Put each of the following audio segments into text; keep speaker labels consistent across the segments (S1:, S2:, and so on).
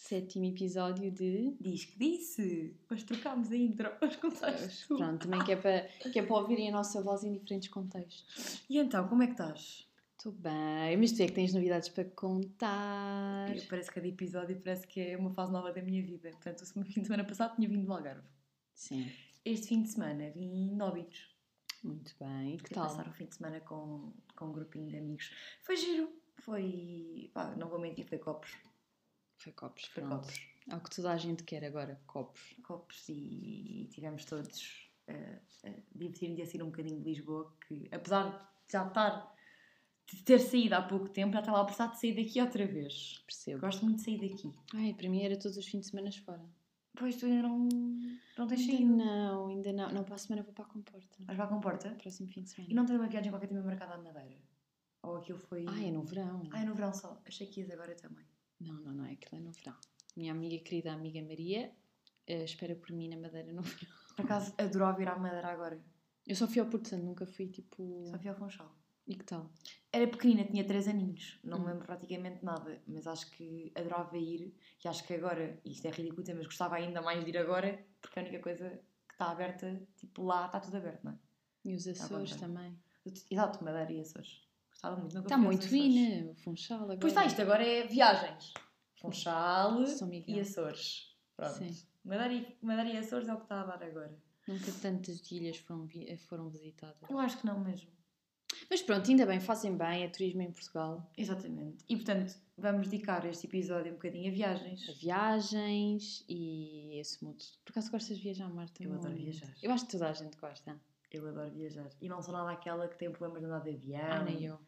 S1: 7º episódio de...
S2: Diz que disse! Hoje trocámos a intro, hoje começaste tu.
S1: Pronto, também que é para ouvirem a nossa voz em diferentes contextos.
S2: E então, como é que estás?
S1: Estou bem, mas tu é que tens novidades para contar.
S2: Parece que cada episódio parece que é uma fase nova da minha vida. Portanto, o fim de semana passado tinha vindo do Algarve.
S1: Sim.
S2: Este fim de semana vim de Óbidos.
S1: Muito bem, que
S2: Fui
S1: tal?
S2: passar o fim de semana com um grupinho de amigos. Foi giro. Foi... Pá, não vou mentir, foi copos.
S1: Foi copos,
S2: Foi
S1: pronto.
S2: copos.
S1: É o que toda a gente quer agora, copos.
S2: Copos e tivemos todos a divertir-nos e a sair um bocadinho de Lisboa, que apesar de já de ter saído há pouco tempo, já estava a precisar de sair daqui outra vez.
S1: Percebo.
S2: Gosto muito de sair daqui.
S1: Ai, para mim era todos os fins de semana fora.
S2: Pois tu ainda não tens
S1: Ainda
S2: saído.
S1: não, ainda não. Não, para a semana vou para a Comporta.
S2: Vais para a Comporta?
S1: Próximo fim de semana.
S2: E não tens uma viagem qualquer também marcada à Madeira? Ou aquilo foi...
S1: Ah, é no verão.
S2: Ah, é no verão só. Achei que ias agora também.
S1: Não, aquilo é no verão. Minha amiga, querida amiga Maria, espera por mim na Madeira no verão.
S2: Por acaso, adorava ir à Madeira agora.
S1: Eu só fui ao Porto Santo, nunca fui tipo...
S2: Só fui ao Funchal.
S1: E que tal?
S2: Era pequenina, tinha 3 aninhos. Não me lembro praticamente nada. Mas acho que adorava ir. E acho que agora, e isto é ridículo, mas gostava ainda mais de ir agora, porque a única coisa que está aberta, tipo lá, está tudo aberto, não é?
S1: E os Açores também.
S2: Exato, Madeira e Açores. Gostava muito. Nunca
S1: Está
S2: fui
S1: muito
S2: aos Açores.
S1: fina, o Funchal agora.
S2: Pois está, isto agora é viagens. Funchal
S1: São Miguel.
S2: e Açores. Pronto.
S1: Sim.
S2: Madeira e Açores é o que está a dar agora.
S1: Nunca tantas ilhas foram visitadas.
S2: Eu acho que não mesmo.
S1: Mas pronto, ainda bem, fazem bem, é turismo em Portugal.
S2: Exatamente. E portanto, vamos dedicar este episódio um bocadinho a viagens.
S1: A viagens e esse mundo. Por acaso gostas de viajar, Marta?
S2: Eu adoro viajar.
S1: Eu acho que toda a gente gosta.
S2: Eu adoro viajar. E não sou nada aquela que tem problemas de andar de avião.
S1: Ah, nem eu.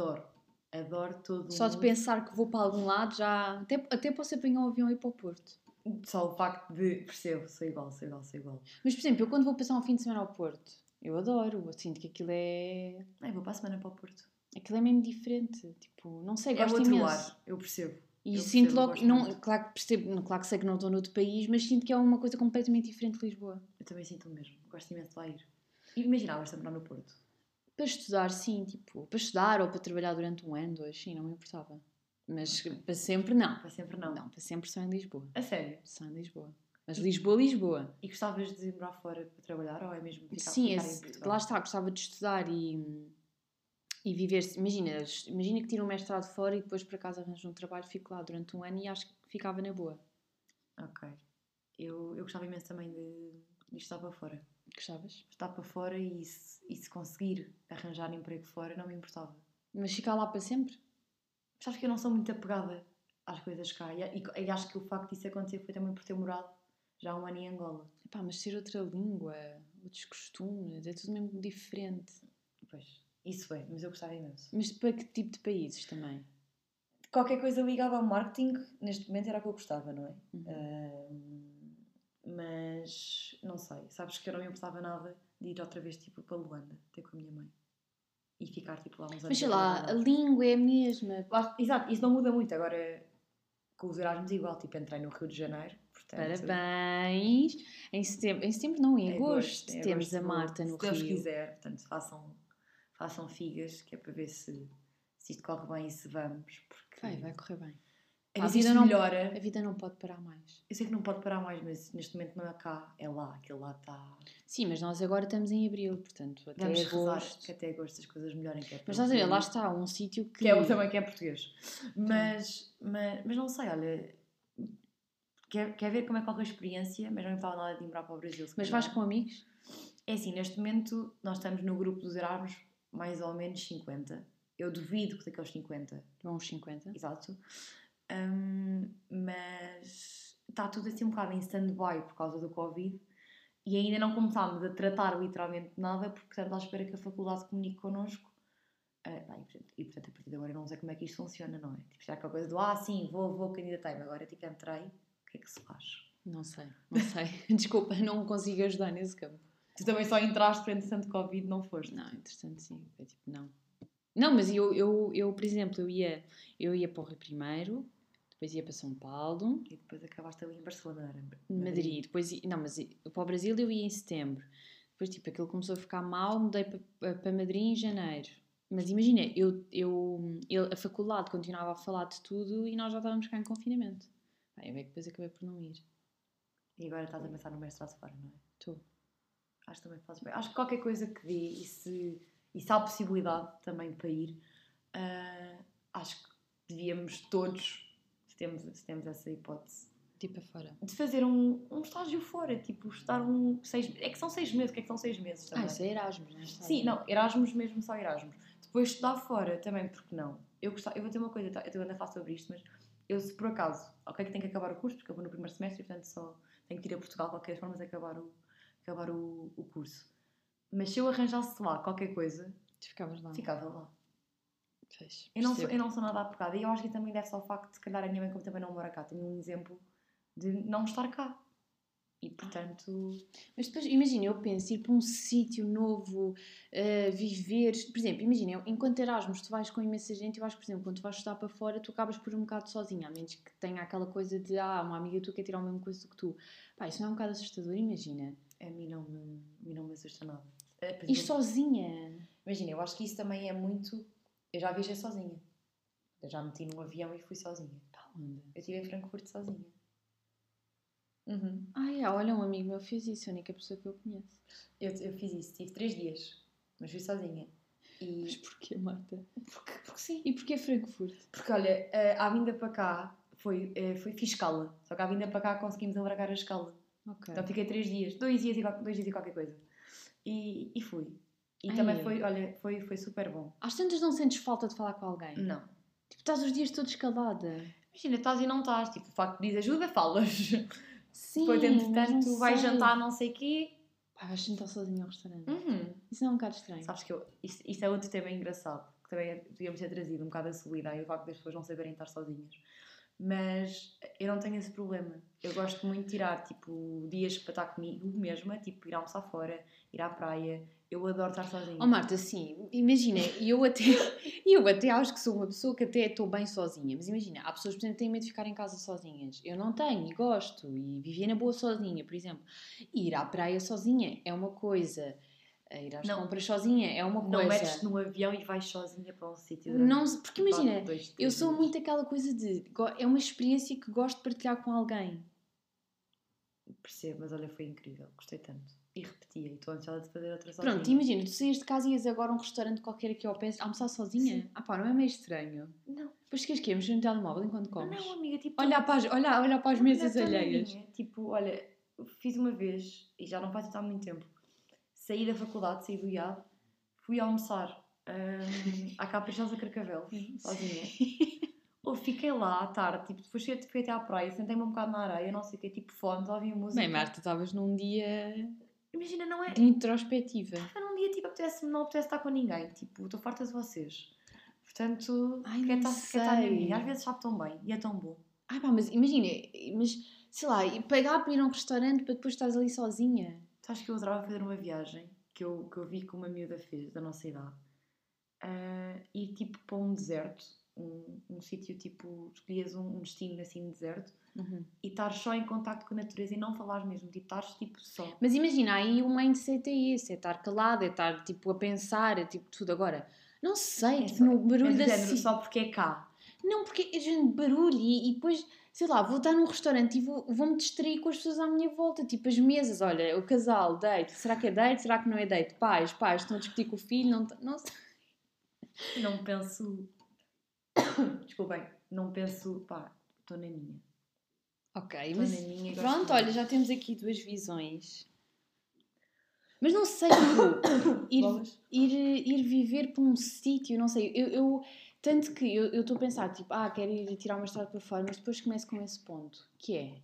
S2: Adoro todo
S1: Só de pensar que vou para algum lado já... Até posso apanhar um avião e ir para o Porto.
S2: Só o facto de... Percebo, sou igual.
S1: Mas, por exemplo, eu quando vou passar um fim de semana ao Porto, eu adoro. Eu sinto que aquilo é...
S2: Vou para a semana para o Porto.
S1: Aquilo é mesmo diferente. Tipo, não sei,
S2: É
S1: gosto
S2: outro
S1: imenso.
S2: ar, eu percebo.
S1: E
S2: Eu
S1: sinto
S2: percebo,
S1: logo... Não, claro que percebo, claro que sei que não estou noutro país, mas sinto que é uma coisa completamente diferente de Lisboa.
S2: Eu também sinto o mesmo. Gosto imenso de lá ir. E imaginavas-te a morar no Porto?
S1: Para estudar, sim, tipo... Para estudar ou para trabalhar durante 1 ano, 2, sim, não me importava. Mas para sempre, não.
S2: Para sempre não.
S1: Não, para sempre só em Lisboa.
S2: A sério?
S1: Só em Lisboa. Mas Lisboa.
S2: E gostavas de morar fora para trabalhar ou é mesmo ficar
S1: Sim,
S2: em Portugal?
S1: lá está, gostava de estudar e viver. Imagina que tiro um mestrado fora e depois por acaso arranjo um trabalho, fico lá durante 1 ano e acho que ficava na boa.
S2: Ok. Eu gostava imenso também de estar para fora.
S1: Gostavas?
S2: Estar para fora e se conseguir arranjar emprego fora, não me importava.
S1: Mas ficar lá para sempre?
S2: Sabes que eu não sou muito apegada às coisas cá. E acho que o facto disso acontecer foi também por ter morado já 1 ano em Angola.
S1: Epá, mas ser outra língua, outros costumes, é tudo mesmo diferente.
S2: Pois, isso é, mas eu gostava imenso.
S1: Mas para que tipo de países também?
S2: Qualquer coisa ligada ao marketing, neste momento era o que eu gostava, não é? Mas, não sei, sabes que eu não me importava nada de ir outra vez, tipo, para Luanda, ter com a minha mãe. E ficar, tipo, lá uns anos.
S1: Mas sei lá, a língua é a mesma.
S2: Exato, isso não muda muito. Agora, com os Erasmus igual, tipo, entrei no Rio de Janeiro, portanto...
S1: Parabéns! Em setembro não, em agosto, temos a Marta no Rio.
S2: Se Deus quiser, portanto, façam figas, que é para ver se isto corre bem e se vamos, porque...
S1: Vai correr bem.
S2: A vida não melhora.
S1: A vida não pode parar mais.
S2: Eu sei que não pode parar mais, mas neste momento não é cá, é lá, aquele lá está...
S1: Sim, mas nós agora estamos em abril, portanto, até
S2: Vamos
S1: agosto...
S2: rezar que até agosto as coisas melhorem. Que é
S1: mas estás a ver, lá está, um sítio que...
S2: Que é também que é português. Mas não sei, olha... Quer ver como é que corre a experiência, mas não me estava nada de ir para o Brasil.
S1: Mas vais com amigos?
S2: É assim, neste momento nós estamos no grupo dos Erasmus mais ou menos 50. Eu duvido que daqueles 50...
S1: Vão uns 50.
S2: Exato. Mas está tudo assim um bocado em stand-by por causa do Covid e ainda não começámos a tratar literalmente nada porque estamos à espera que a faculdade comunique connosco e portanto a partir de agora eu não sei como é que isto funciona, não é? Tipo, já aquela coisa do sim, vou candidatei-me, agora tipo entrei, o que é que se faz?
S1: Não sei. Desculpa, não consigo ajudar nesse campo.
S2: Tu também só entraste para entretanto Covid, não foste?
S1: Não, interessante sim, é tipo não. Não, mas eu por exemplo, eu ia para o Rio primeiro, depois ia para São Paulo.
S2: E depois acabaste ali em Barcelona,
S1: Madrid. Depois, não, mas para o Brasil eu ia em setembro. Depois, tipo, aquilo começou a ficar mal, mudei para Madrid em janeiro. Mas imagina, a faculdade continuava a falar de tudo e nós já estávamos cá em confinamento. Pá, eu é que depois acabei por não ir.
S2: E agora estás a pensar no mestrado fora, não é?
S1: Estou.
S2: Acho que também fazes bem. Acho que qualquer coisa que dê e se há possibilidade também para ir, acho que devíamos todos, se temos essa hipótese,
S1: Tipo fora.
S2: de fazer um estágio fora, tipo, estar 6 é que são 6 meses, o que é que são 6 meses também?
S1: Isso é Erasmus, não é?
S2: Sim, não, Erasmus mesmo, só Erasmus. Depois estudar fora também, porque não? Eu vou ter uma coisa, eu ainda falar sobre isto, mas eu se por acaso, ok que tenho que acabar o curso, porque eu vou no primeiro semestre, portanto só tenho que ir a Portugal de qualquer forma, mas acabar o curso. Mas se eu arranjasse lá qualquer coisa,
S1: Tu ficavas lá.
S2: ficava lá.
S1: Pois,
S2: Eu não sou nada apegada, e eu acho que também deve ser ao facto de, se calhar, a minha mãe, como também não mora cá, tenho um exemplo de não estar cá. E portanto.
S1: Mas depois, imagina, eu penso ir para um sítio novo, viver. Por exemplo, imagina, enquanto Erasmus tu vais com imensa gente, eu acho que, por exemplo, quando tu vais estudar para fora, tu acabas por ir um bocado sozinha, a menos que tenha aquela coisa de uma amiga tua quer tirar o mesmo coisa do que tu. Pá, isso não é um bocado assustador, imagina.
S2: A mim não me assusta nada.
S1: Ir sozinha.
S2: Imagina, eu acho que isso também é muito. Eu já viajei sozinha. Eu já meti num avião e fui sozinha.
S1: Para onde?
S2: Eu estive em Frankfurt sozinha.
S1: Olha, um amigo meu fez isso, a única pessoa que eu conheço.
S2: Eu fiz isso, tive 3 dias, mas fui sozinha.
S1: Mas porquê, Marta?
S2: Porque sim.
S1: E porquê Frankfurt?
S2: Porque olha, à vinda para cá fiz escala. Só que à vinda para cá conseguimos alargar a escala.
S1: Ok.
S2: Então fiquei 3 dias, 2 dias e qualquer coisa. E fui. E também foi super bom.
S1: Às tantas não sentes falta de falar com alguém?
S2: Não.
S1: Tipo, estás os dias todos escalada.
S2: Imagina, estás e não estás. Tipo, o facto de pedir ajuda, falas.
S1: Sim,
S2: depois, entretanto, tu vais
S1: sei.
S2: jantar não sei o quê.
S1: Pá, vais sentar sozinha ao restaurante.
S2: Uhum.
S1: Isso não é um bocado estranho.
S2: Sabes que isso é outro tema engraçado. Que também podíamos ter trazido um bocado a solidão e o facto das pessoas não saberem estar sozinhas. Mas eu não tenho esse problema. Eu gosto muito de tirar, tipo, dias para estar comigo mesma. Tipo, ir almoçar fora, ir à praia. Eu adoro estar sozinha.
S1: Oh Marta, sim, imagina, eu até acho que sou uma pessoa que até estou bem sozinha, mas imagina, há pessoas, por exemplo, que têm medo de ficar em casa sozinhas. Eu não tenho e gosto, e vivia na boa sozinha, por exemplo. Ir à praia sozinha é uma coisa, ir às compras sozinha é uma coisa.
S2: Não metes no avião e vais sozinha para um sítio.
S1: Não, porque imagina, eu sou muito aquela coisa de, é uma experiência que gosto de partilhar com alguém.
S2: Percebo, mas olha, foi incrível, gostei tanto. E repetia, e estou ansiosa de fazer outra sozinha.
S1: Pronto, imagina, tu saías de casa e ias agora a um restaurante qualquer aqui ao pé almoçar sozinha?
S2: Sim.
S1: Pá, não é meio estranho?
S2: Não.
S1: Depois queres que mexer no telemóvel enquanto comes?
S2: Não, amiga, tipo...
S1: Olhar para as mesas alheias.
S2: Tipo, olha, fiz uma vez, e já não faz há muito tempo, saí da faculdade, saí do IAD, fui almoçar à Caprichosa Carcavel, sozinha. Ou fiquei lá à tarde, tipo, depois fui até à praia, sentei-me um bocado na areia, não sei o quê, tipo fone, ouvi música.
S1: Bem, Marta, estavas num dia...
S2: Imagina, não é...
S1: de introspectiva.
S2: Estava num dia, tipo, não apetece estar com ninguém, tipo, estou farta de vocês. Portanto, quer estar na minha. Às vezes sabe tão bem, e é tão bom.
S1: Ai pá, mas imagina, sei lá, pagar para ir a um restaurante para depois estares ali sozinha.
S2: Sabes que eu adorava fazer uma viagem, que eu vi que uma miúda fez, da nossa idade, ir tipo para um deserto, um sítio tipo, escolhias um destino assim deserto, e estar só em contacto com a natureza e não falares mesmo, tipo, estares tipo só.
S1: Mas imagina, aí o mindset é esse, é estar calado, é estar tipo a pensar, é tipo tudo agora. Não sei, tipo, no barulho da
S2: cidade. Só porque é cá.
S1: Não, porque é gente barulho e depois, sei lá, vou estar num restaurante e vou-me distrair com as pessoas à minha volta, tipo as mesas, olha, o casal, date, será que é date, será que não é date? Pais, estão a discutir com o filho, não sei.
S2: Não penso... Desculpem, não penso, pá, estou na minha.
S1: Ok, mas pronto, olha, já temos aqui 2 visões. Mas não sei, ir viver para um sítio, não sei, tanto que eu estou a pensar, tipo, quero ir tirar uma estrada para fora, mas depois começo com esse ponto, que é,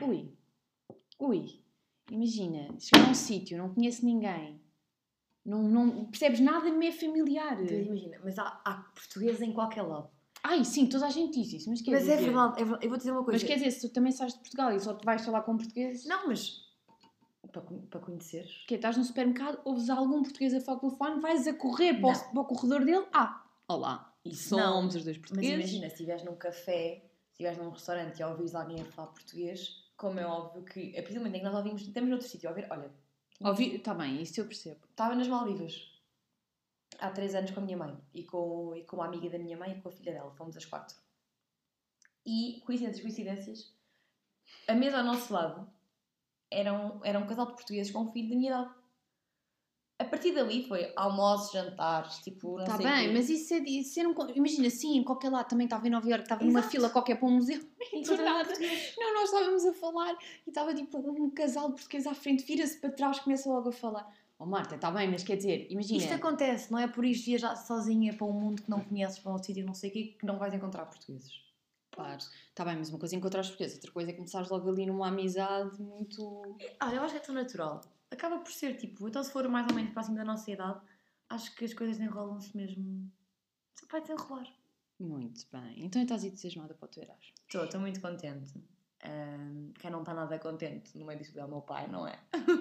S1: imagina, chegar a um sítio, não conheço ninguém, não percebes nada, me é familiar.
S2: Então, imagina, mas há portugueses em qualquer lado.
S1: Ai, sim, toda a gente diz isso, mas
S2: é verdade, eu vou dizer uma coisa.
S1: Mas quer dizer, se tu também sais de Portugal e só te vais falar com portugueses...
S2: Não, mas... Para conheceres.
S1: Porque estás no supermercado, ouves algum português a falar pelo telefone, vais a correr para o corredor dele. Olá, e somos os 2 portugueses.
S2: Mas imagina, se estiveres num café, se estiveres num restaurante e ouvires alguém a falar português, como é óbvio que, a partir do momento em que nós ouvimos, estamos noutro sítio a ouvir, olha...
S1: Está bem, isso eu percebo.
S2: Estava nas Maldivas, há 3 anos com a minha mãe, e com uma amiga da minha mãe e com a filha dela, fomos as 4. E, coincidências, A mesa ao nosso lado era um casal de portugueses com um filho da minha idade. A partir dali foi almoços, jantares, tipo, não
S1: Está
S2: sei
S1: bem,
S2: quê.
S1: mas isso era imagina, sim, em qualquer lado, também estava em Nova Iorque, estava numa
S2: Exato.
S1: fila qualquer para um museu,
S2: E
S1: do
S2: todos
S1: nada.
S2: portugueses.
S1: Não, nós estávamos a falar e estava tipo um casal português à frente, vira-se para trás, começa logo a falar. Oh Marta, está bem, mas quer dizer, imagina.
S2: Isto acontece, não é por isto viajar sozinha para um mundo que não conheces, para um sítio não sei o quê, que não vais encontrar portugueses.
S1: Claro, está bem, mas uma coisa é encontrar os portugueses, outra coisa é começares logo ali numa amizade muito...
S2: Olha, eu acho que é tão natural. Acaba por ser, tipo, então se for mais ou menos próximo da nossa idade, acho que as coisas enrolam-se mesmo. Só vai desenrolar.
S1: Muito bem. Então estás entusiasmada para o teu Erasmus?
S2: Estou muito contente. Quem não está nada contente no meio disto é o meu pai, não é?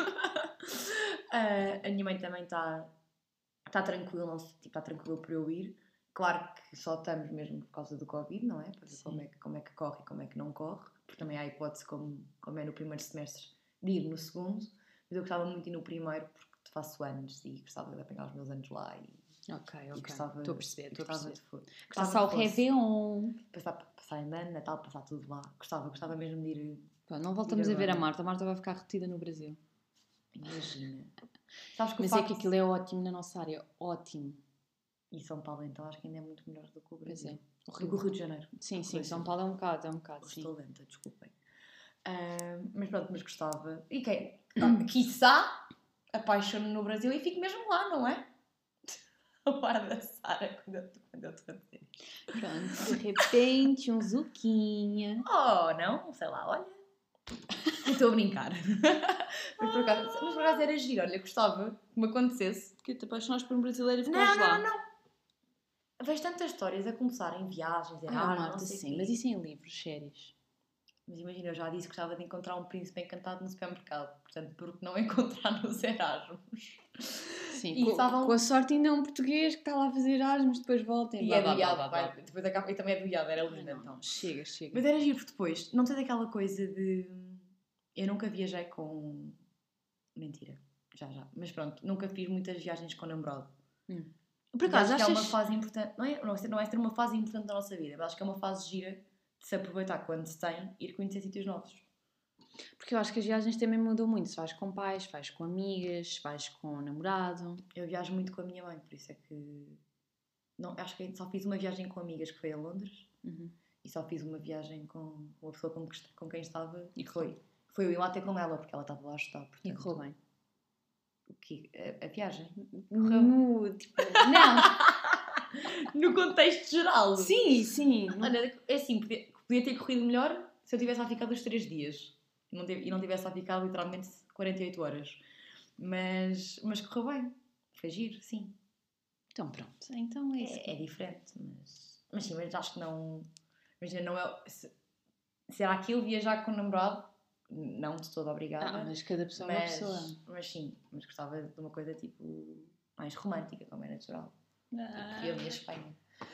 S2: A minha mãe também está tranquila, tipo, está tranquila por eu ir. Claro que só estamos mesmo por causa do Covid, não é? Para ver como é que corre e como é que não corre. Porque também há a hipótese, como é no primeiro semestre, de ir no segundo. Mas eu gostava muito de ir no primeiro porque faço anos e gostava de apanhar os meus anos lá.
S1: Ok. Estou a perceber.
S2: Passar
S1: o Réveillon.
S2: Passar em ano, Natal, passar tudo lá. Gostava mesmo de ir.
S1: Pá, não voltamos a ver a Marta. A Marta vai ficar retida no Brasil.
S2: Imagina. Sabes que
S1: mas é que aquilo é ótimo na nossa área. Ótimo.
S2: E São Paulo, então, acho que ainda é muito melhor do que o Brasil.
S1: Pois é.
S2: Do que o Rio de Janeiro.
S1: Sim, São Paulo é um bocado, sim.
S2: Estou lenta, desculpem. Mas pronto, mas gostava. E quem? Quiçá apaixono no Brasil e fico mesmo lá, não é? A par da Sara quando eu estou a dizer.
S1: Pronto, de repente, um zuquinha.
S2: Oh, não? Sei lá, olha. Estou a brincar. mas por acaso era giro, olha, gostava que me acontecesse.
S1: Que te apaixonaste por um brasileiro e ficares lá.
S2: Não. Vejo tantas histórias a começar em viagens,
S1: Marta, sim, mas isso em livros, séries.
S2: Mas imagina, eu já disse que gostava de encontrar um príncipe encantado no supermercado. Portanto, por que não encontrar nos Erasmus?
S1: Sim, com a sorte ainda é um português que está lá a fazer Erasmus, depois volta
S2: e é do IAD, depois acaba, e também é do IAD, era linda, então.
S1: Chega.
S2: Mas era giro, porque depois, não tens aquela coisa de... Eu nunca viajei com... Mentira, já. Mas pronto, nunca fiz muitas viagens com namorado.
S1: Por acaso,
S2: acho que é uma fase importante, não é ter uma fase importante da nossa vida, mas acho que é uma fase gira de se aproveitar quando se tem e ir conhecer sítios novos.
S1: Porque eu acho que as viagens também mudam muito. Se vais com pais, se vais com amigas, se vais com namorado.
S2: Eu viajo muito com a minha mãe, por isso é que... Não, acho que só fiz uma viagem com amigas que foi a Londres e só fiz uma viagem com uma pessoa com quem estava e foi eu ir lá ter com ela, porque ela estava lá a estudar. Portanto,
S1: e correu bem.
S2: O quê? A viagem?
S1: Não.
S2: No contexto geral.
S1: Sim.
S2: Olha, é assim, podia ter corrido melhor se eu tivesse lá ficado os 3 dias e não tivesse lá ficado literalmente 48 horas. Mas correu bem. Foi giro, sim.
S1: Então pronto. Então é isso.
S2: É diferente, mas sim, mas acho que não... Imagina, não é... Se era aquilo viajar com o namorado, não de toda obrigada.
S1: Mas cada pessoa é uma pessoa.
S2: Mas sim, mas gostava de uma coisa tipo mais romântica, como é natural. Queria a minha Espanha.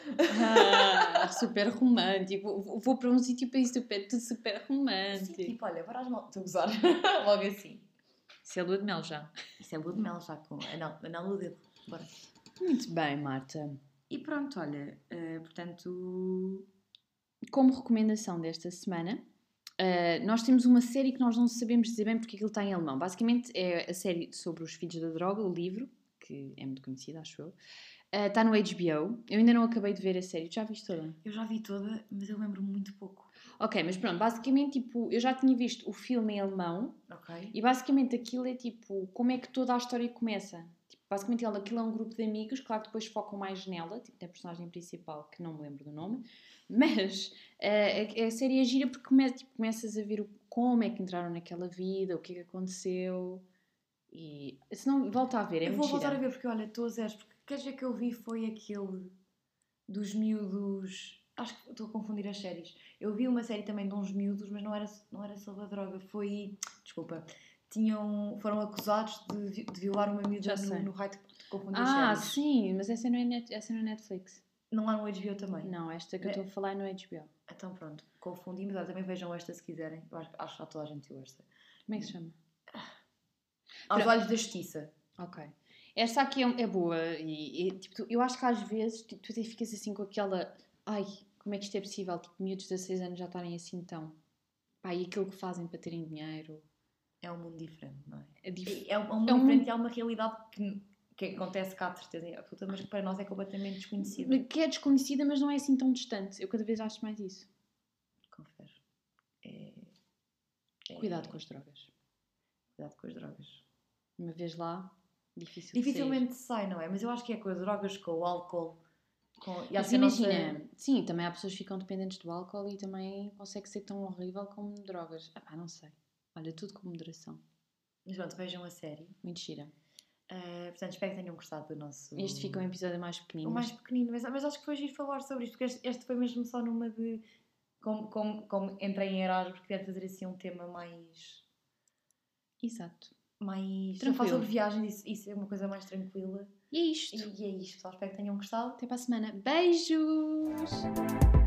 S1: Super romântico. Vou para um sítio para isso, tudo super romântico.
S2: Sim, tipo, olha, estou a gozar. Logo assim.
S1: Isso é lua de mel já.
S2: Isso é lua de mel já, com anel no dedo. Bora.
S1: Muito bem, Marta.
S2: E pronto, olha, portanto...
S1: Como recomendação desta semana, nós temos uma série que nós não sabemos dizer bem porque aquilo está em alemão. Basicamente é a série sobre os filhos da droga, o livro, que é muito conhecido, acho eu. Está no HBO. Eu ainda não acabei de ver a série. Tu já viste toda?
S2: Eu já vi toda, mas eu lembro-me muito pouco.
S1: Ok, mas pronto, basicamente, tipo, eu já tinha visto o filme em alemão.
S2: Ok.
S1: E basicamente aquilo é, tipo, como é que toda a história começa. Tipo, basicamente aquilo é um grupo de amigos, claro que depois focam mais nela, tipo, na personagem principal, que não me lembro do nome. Mas a série é gira porque começas a ver como é que entraram naquela vida, o que é que aconteceu. E se não, volta a ver, é muito gira.
S2: Eu vou voltar a ver porque, olha, estou a zeros, porque queres ver que eu vi foi aquele dos miúdos... Acho que estou a confundir as séries. Eu vi uma série também de uns miúdos, mas não era sobre a droga. Foi... Desculpa. Foram acusados de violar uma miúda no raio de confundir as séries.
S1: Sim, mas essa não é Netflix.
S2: Não há no HBO também?
S1: Não, esta que eu estou a falar é no HBO.
S2: Então pronto, confundi, mas também vejam esta se quiserem. Eu acho que já toda a gente viu esta.
S1: Como é que se chama?
S2: Aos Olhos da Justiça.
S1: Ok. Esta aqui é boa e tipo, eu acho que às vezes tu até ficas assim com aquela... Ai, como é que isto é possível? Tipo, miúdos de 16 anos já estarem assim tão... Pá, e aquilo que fazem para terem dinheiro.
S2: É um mundo diferente, não é?
S1: É
S2: É um mundo diferente e há uma realidade que acontece cá, de certeza absoluta, mas que para nós é completamente desconhecida.
S1: Que é desconhecida, mas não é assim tão distante. Eu cada vez acho mais isso.
S2: Confere.
S1: Cuidado com as drogas.
S2: Cuidado com as drogas.
S1: Uma vez lá,
S2: dificilmente sai, não é? Mas eu acho que é com as drogas, com o álcool.
S1: E assim, imagina, sim, também há pessoas que ficam dependentes do álcool e também consegue ser tão horrível como drogas. Ah pá, não sei. Olha, tudo com moderação.
S2: Mas pronto, vejam a série.
S1: Muito gira.
S2: Portanto, espero que tenham gostado do nosso...
S1: Este fica um episódio mais pequenino.
S2: O mais pequenino, mas acho que foi giro falar sobre isto, porque este foi mesmo só numa de... Como entrei em Erasmus, porque quero fazer assim um tema mais...
S1: Exato.
S2: Mais...
S1: Tranquilo.
S2: Falar sobre viagens, isso é uma coisa mais tranquila.
S1: E é isto.
S2: E é isto, pessoal. Espero que tenham gostado.
S1: Até para a semana. Beijos!